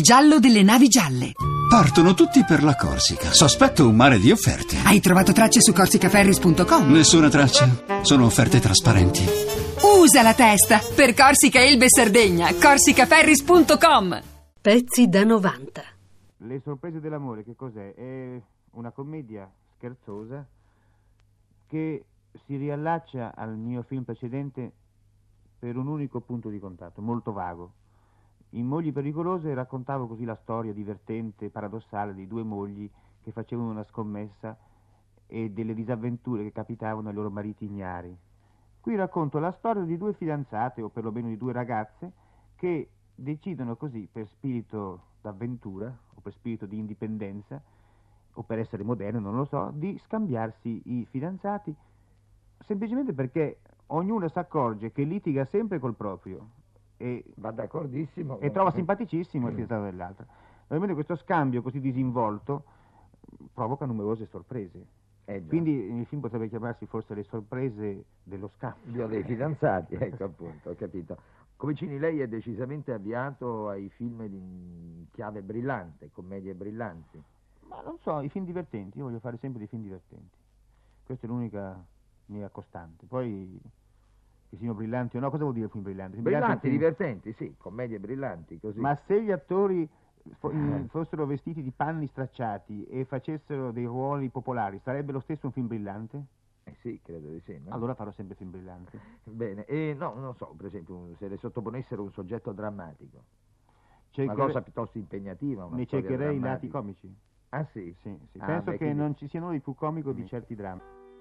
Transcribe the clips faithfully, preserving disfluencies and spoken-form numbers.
giallo delle navi gialle. Partono tutti per la Corsica. Sospetto un mare di offerte. Hai trovato tracce su corsicaferries punto com? Nessuna traccia. Sono offerte trasparenti. Usa la testa per Corsica, Elbe e Sardegna. corsicaferries punto com. Pezzi da novanta. Le sorprese dell'amore, che cos'è? È una commedia scherzosa che si riallaccia al mio film precedente per un unico punto di contatto, molto vago. In Mogli pericolose raccontavo così la storia divertente, paradossale di due mogli che facevano una scommessa e delle disavventure che capitavano ai loro mariti ignari. Qui racconto la storia di due fidanzate, o perlomeno di due ragazze, che decidono così, per spirito d'avventura, o per spirito di indipendenza, o per essere moderne, non lo so, di scambiarsi i fidanzati, semplicemente perché ognuno si accorge che litiga sempre col proprio e va d'accordissimo e trova simpaticissimo il fidanzato dell'altra. Ovviamente questo scambio così disinvolto provoca numerose sorprese. Eh già. Quindi il film potrebbe chiamarsi forse Le sorprese dello scambio dei fidanzati, ecco appunto, ho capito. Comicini, lei è decisamente avviato ai film di chiave brillante, commedie brillanti. Ma non so, i film divertenti, io voglio fare sempre dei film divertenti. Questa è l'unica mia costante. Poi che siano brillanti o no, cosa vuol dire film brillante? Film Brillanti, film... divertenti, sì, commedie brillanti, così. Ma se gli attori fo- fossero vestiti di panni stracciati e facessero dei ruoli popolari, sarebbe lo stesso un film brillante? Eh sì, credo di sì, no? Allora farò sempre film brillanti. Bene, e no, non so, per esempio, un- se le sottoponessero un soggetto drammatico, una Cercherei- cosa piuttosto impegnativa, una Ne storia cercherei i lati drammatica. comici. Ah sì? Sì, sì. Ah, Penso beh, che quindi- non ci sia nulla di più comico di Mm. certi drammi.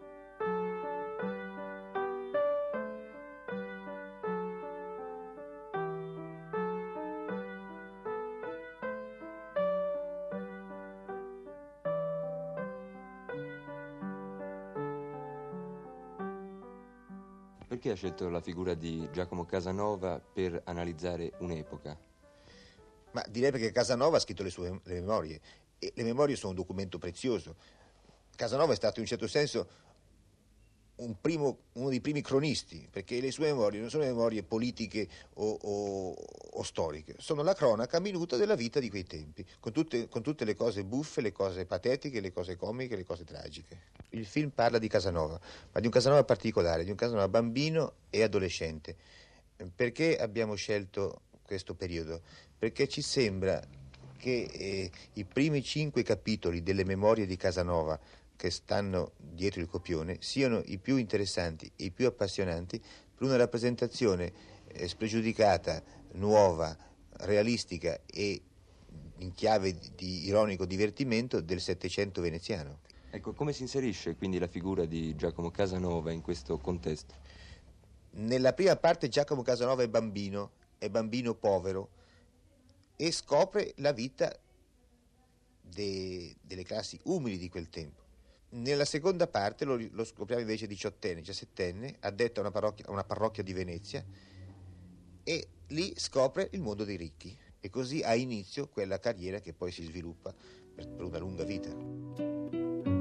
Perché ha scelto la figura di Giacomo Casanova per analizzare un'epoca? Ma direi perché Casanova ha scritto le sue le memorie, e le memorie sono un documento prezioso. Casanova è stato in un certo senso un primo, uno dei primi cronisti, perché le sue memorie non sono memorie politiche o, o, o storiche, sono la cronaca minuta della vita di quei tempi, con tutte, con tutte le cose buffe, le cose patetiche, le cose comiche, le cose tragiche. Il film parla di Casanova, ma di un Casanova particolare, di un Casanova bambino e adolescente. Perché abbiamo scelto questo periodo? Perché ci sembra che eh, i primi cinque capitoli delle memorie di Casanova che stanno dietro il copione siano i più interessanti e i più appassionanti per una rappresentazione eh, spregiudicata, nuova, realistica e in chiave di, di ironico divertimento del Settecento veneziano. Ecco, come si inserisce quindi la figura di Giacomo Casanova in questo contesto? Nella prima parte Giacomo Casanova è bambino, è bambino povero e scopre la vita de, delle classi umili di quel tempo. Nella seconda parte lo, lo scopriamo invece diciottenne, diciassettenne, addetto a una parrocchia, a una parrocchia di Venezia, e lì scopre il mondo dei ricchi e così ha inizio quella carriera che poi si sviluppa per, per una lunga vita.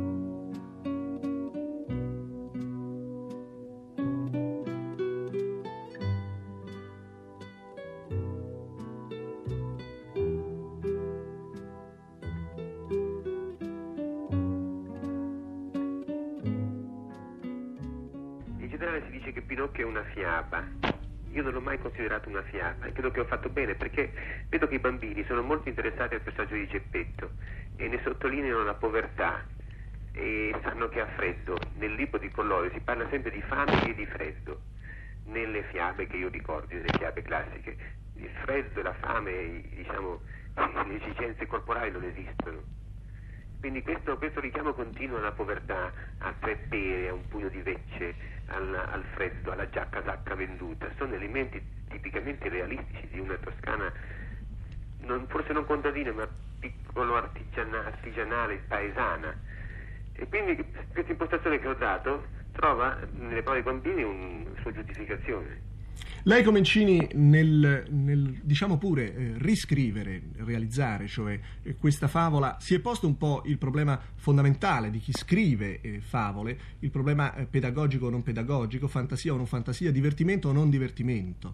In generale si dice che Pinocchio è una fiaba. Io non l'ho mai considerato una fiaba e credo che ho fatto bene, perché vedo che i bambini sono molto interessati al personaggio di Geppetto e ne sottolineano la povertà e sanno che ha freddo. Nel libro di Collodi si parla sempre di fame e di freddo. Nelle fiabe che io ricordo, nelle fiabe classiche, il freddo e la fame, diciamo, le esigenze corporali non esistono. Quindi questo, questo richiamo continuo alla povertà, a tre pere, a un pugno di vecce, al, al freddo, alla giacca sacca venduta, sono elementi tipicamente realistici di una Toscana, non, forse non contadina, ma piccolo artigiana, artigianale, paesana. E quindi questa impostazione che ho dato trova nelle parole dei bambini una sua giustificazione. Lei, Comencini, nel, nel diciamo pure eh, riscrivere, realizzare, cioè eh, questa favola, si è posto un po' il problema fondamentale di chi scrive eh, favole, il problema eh, pedagogico o non pedagogico, fantasia o non fantasia, divertimento o non divertimento.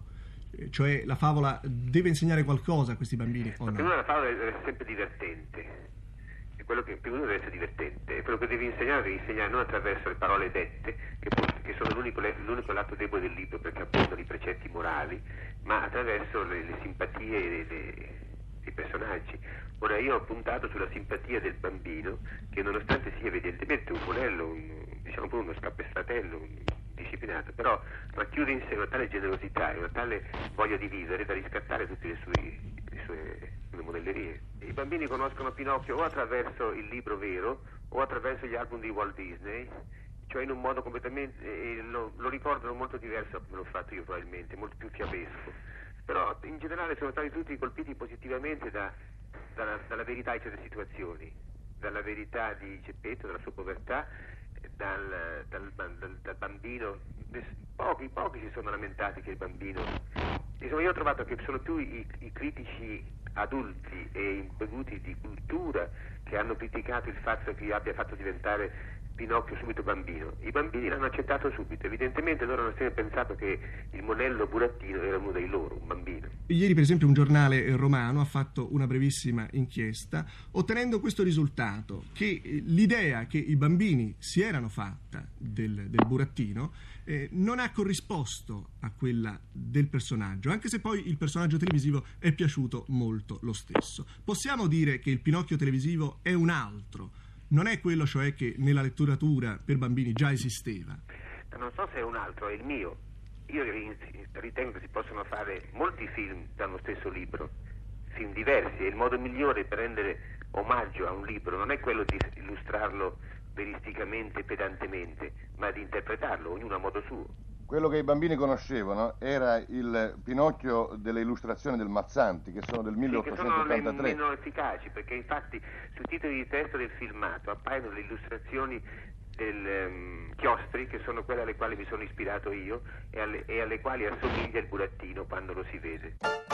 Eh, cioè la favola deve insegnare qualcosa a questi bambini o Ma no? per me la favola deve essere sempre divertente. E quello che per uno deve essere divertente. E quello che devi insegnare devi insegnare non attraverso le parole dette, che, che sono l'unico, l'unico lato debole del libro perché appoggiano i precetti morali, ma attraverso le, le simpatie dei, dei, dei personaggi. Ora io ho puntato sulla simpatia del bambino che nonostante sia evidentemente un monello, un, diciamo pure uno scapestratello, un disciplinato, però racchiude in sé una tale generosità e una tale voglia di vivere da riscattare tutte le sue, le sue le modellerie. I bambini conoscono Pinocchio o attraverso il libro vero o attraverso gli album di Walt Disney, cioè in un modo completamente, eh, lo, lo ricordano molto diverso come l'ho fatto io probabilmente, molto più fiabesco, però in generale sono stati tutti colpiti positivamente da, dalla, dalla verità di certe situazioni, dalla verità di Geppetto, dalla sua povertà, dal, dal, dal, dal bambino. Pochi, pochi si sono lamentati che il bambino, insomma io ho trovato che sono più i, i critici adulti e imbevuti di cultura che hanno criticato il fatto che io abbia fatto diventare Pinocchio subito bambino. I bambini l'hanno accettato subito, evidentemente loro hanno sempre pensato che il monello burattino era uno dei loro, un bambino. Ieri per esempio un giornale romano ha fatto una brevissima inchiesta ottenendo questo risultato, che l'idea che i bambini si erano fatta del, del burattino eh, non ha corrisposto a quella del personaggio, anche se poi il personaggio televisivo è piaciuto molto lo stesso. Possiamo dire che il Pinocchio televisivo è un altro, non è quello cioè che nella letteratura per bambini già esisteva. Non so se è un altro, è il mio. Io ritengo che si possono fare molti film dallo stesso libro, film diversi, e il modo migliore per rendere omaggio a un libro non è quello di illustrarlo veristicamente, pedantemente, ma di interpretarlo, ognuno a modo suo. Quello che i bambini conoscevano era il Pinocchio delle illustrazioni del Mazzanti, che sono del milleottocentottantatré. Sì, che sono le meno efficaci, perché infatti sui titoli di testo del filmato appaiono le illustrazioni del um, Chiostri, che sono quelle alle quali mi sono ispirato io e alle, e alle quali assomiglia il burattino quando lo si vede.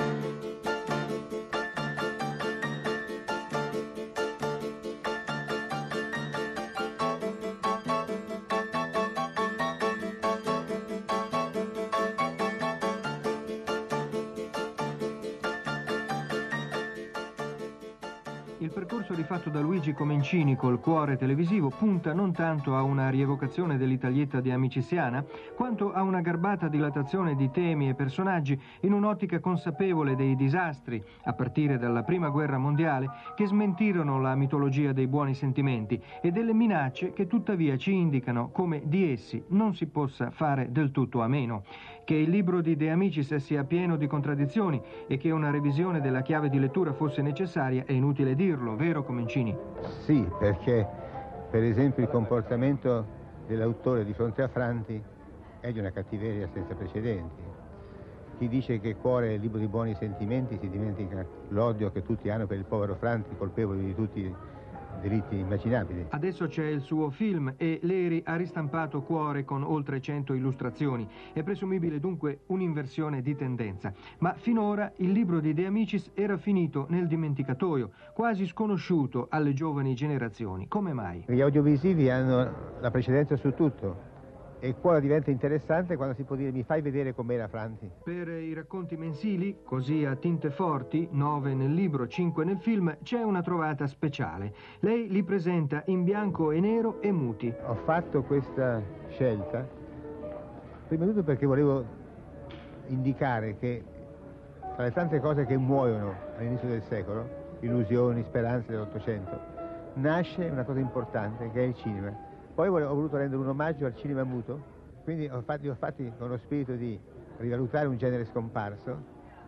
Il percorso rifatto da Luigi Comencini col Cuore televisivo punta non tanto a una rievocazione dell'Italietta di Amiciziana, quanto a una garbata dilatazione di temi e personaggi in un'ottica consapevole dei disastri, a partire dalla Prima Guerra Mondiale, che smentirono la mitologia dei buoni sentimenti e delle minacce che tuttavia ci indicano come di essi non si possa fare del tutto a meno. Che il libro di De Amicis sia pieno di contraddizioni e che una revisione della chiave di lettura fosse necessaria è inutile dirlo, vero Comencini? Sì, perché per esempio il comportamento dell'autore di fronte a Franti è di una cattiveria senza precedenti. Chi dice che Cuore è il libro di buoni sentimenti si dimentica l'odio che tutti hanno per il povero Franti, colpevole di tutti i delitti immaginabili. Adesso c'è il suo film e Leri ha ristampato Cuore con oltre cento illustrazioni. È presumibile dunque un'inversione di tendenza. Ma finora il libro di De Amicis era finito nel dimenticatoio, quasi sconosciuto alle giovani generazioni. Come mai? Gli audiovisivi hanno la precedenza su tutto. E Cuore diventa interessante quando si può dire mi fai vedere com'era Franti. Per i racconti mensili, così a tinte forti, nove nel libro, cinque nel film, c'è una trovata speciale. Lei li presenta in bianco e nero e muti. Ho fatto questa scelta prima di tutto perché volevo indicare che tra le tante cose che muoiono all'inizio del secolo, illusioni, speranze dell'Ottocento, nasce una cosa importante che è il cinema. Poi ho voluto rendere un omaggio al cinema muto, quindi ho fatti, ho fatti con lo spirito di rivalutare un genere scomparso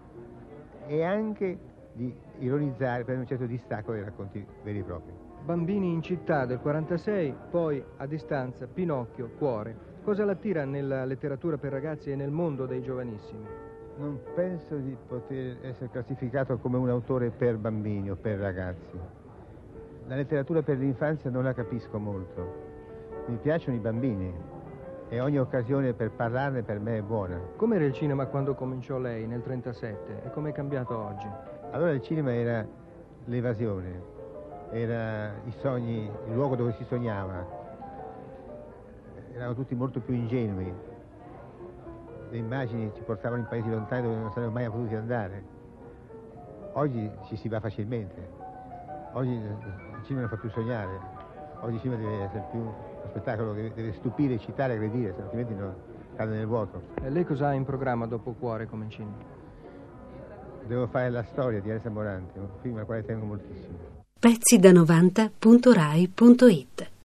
e anche di ironizzare per un certo distacco dai racconti veri e propri. Bambini in città del quarantasei, poi a distanza Pinocchio, Cuore. Cosa l'attira nella letteratura per ragazzi e nel mondo dei giovanissimi? Non penso di poter essere classificato come un autore per bambini o per ragazzi. La letteratura per l'infanzia non la capisco molto. Mi piacciono i bambini e ogni occasione per parlarne per me è buona. Com'era il cinema quando cominciò lei nel trentasette e com'è cambiato oggi? Allora il cinema era l'evasione, era i sogni, il luogo dove si sognava. Erano tutti molto più ingenui. le immagini ci portavano in paesi lontani dove non saremmo mai potuti andare. Oggi ci si va facilmente, oggi il cinema non fa più sognare, oggi il cinema deve essere più uno spettacolo che deve stupire, eccitare, aggredire, altrimenti non cade nel vuoto. E lei cosa ha in programma dopo Cuore Comencini? Devo fare La storia di Elsa Morante, un film al quale tengo moltissimo. pezzi da novanta punto rai punto it